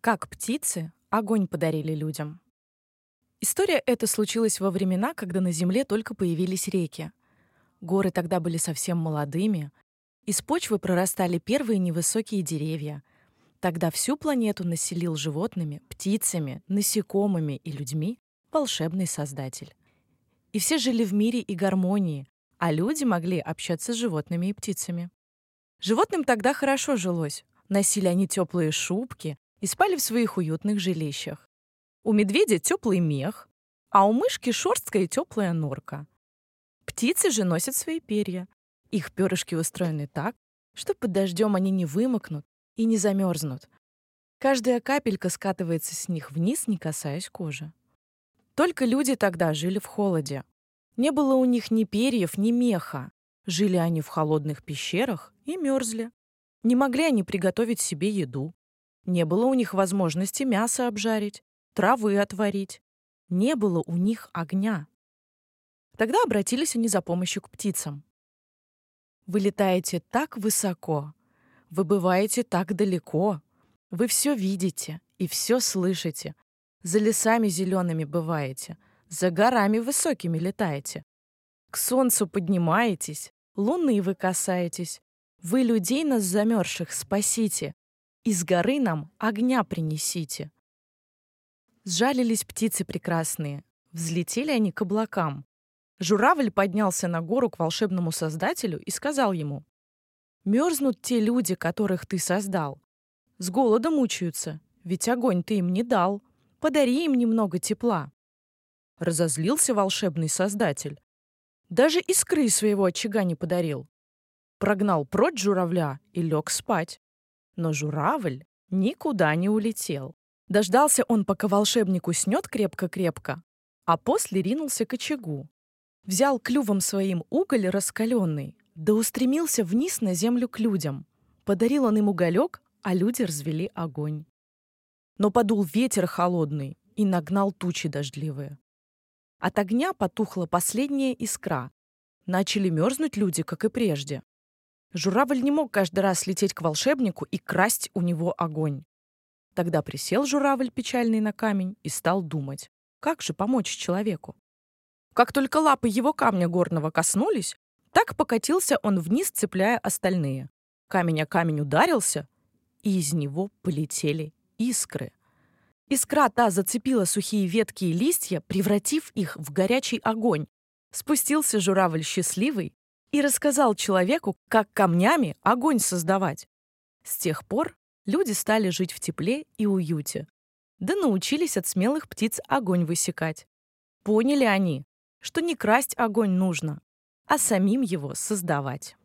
Как птицы огонь подарили людям. История эта случилась во времена, когда на Земле только появились реки. Горы тогда были совсем молодыми, из почвы прорастали первые невысокие деревья. Тогда всю планету населил животными, птицами, насекомыми и людьми волшебный создатель. И все жили в мире и гармонии, а люди могли общаться с животными и птицами. Животным тогда хорошо жилось. Носили они теплые шубки и спали в своих уютных жилищах. У медведя теплый мех, а у мышки шерстка и теплая норка. Птицы же носят свои перья. Их перышки устроены так, что под дождем они не вымокнут и не замерзнут. Каждая капелька скатывается с них вниз, не касаясь кожи. Только люди тогда жили в холоде. Не было у них ни перьев, ни меха. Жили они в холодных пещерах и мерзли. Не могли они приготовить себе еду. Не было у них возможности мясо обжарить, травы отварить. Не было у них огня. Тогда обратились они за помощью к птицам. Вы летаете так высоко, вы бываете так далеко, вы все видите и все слышите. За лесами зелеными бываете, за горами высокими летаете. К солнцу поднимаетесь, луны вы касаетесь. Вы людей нас замерзших спасите, из горы нам огня принесите. Сжалились птицы прекрасные, взлетели они к облакам. Журавль поднялся на гору к волшебному создателю и сказал ему: «Мерзнут те люди, которых ты создал. С голода мучаются, ведь огонь ты им не дал. Подари им немного тепла». Разозлился волшебный создатель. Даже искры своего очага не подарил. Прогнал прочь журавля и лег спать. Но журавль никуда не улетел. Дождался он, пока волшебник уснет крепко-крепко, а после ринулся к очагу. Взял клювом своим уголь раскаленный, да устремился вниз на землю к людям. Подарил он им уголек, а люди развели огонь. Но подул ветер холодный и нагнал тучи дождливые. От огня потухла последняя искра. Начали мерзнуть люди, как и прежде. Журавль не мог каждый раз лететь к волшебнику и красть у него огонь. Тогда присел журавль печальный на камень и стал думать, как же помочь человеку. Как только лапы его камня горного коснулись, так покатился он вниз, цепляя остальные. Камень о камень ударился, и из него полетели искры. Искра та зацепила сухие ветки и листья, превратив их в горячий огонь. Спустился журавль счастливый и рассказал человеку, как камнями огонь создавать. С тех пор люди стали жить в тепле и уюте, да научились от смелых птиц огонь высекать. Поняли они, что не красть огонь нужно, а самим его создавать.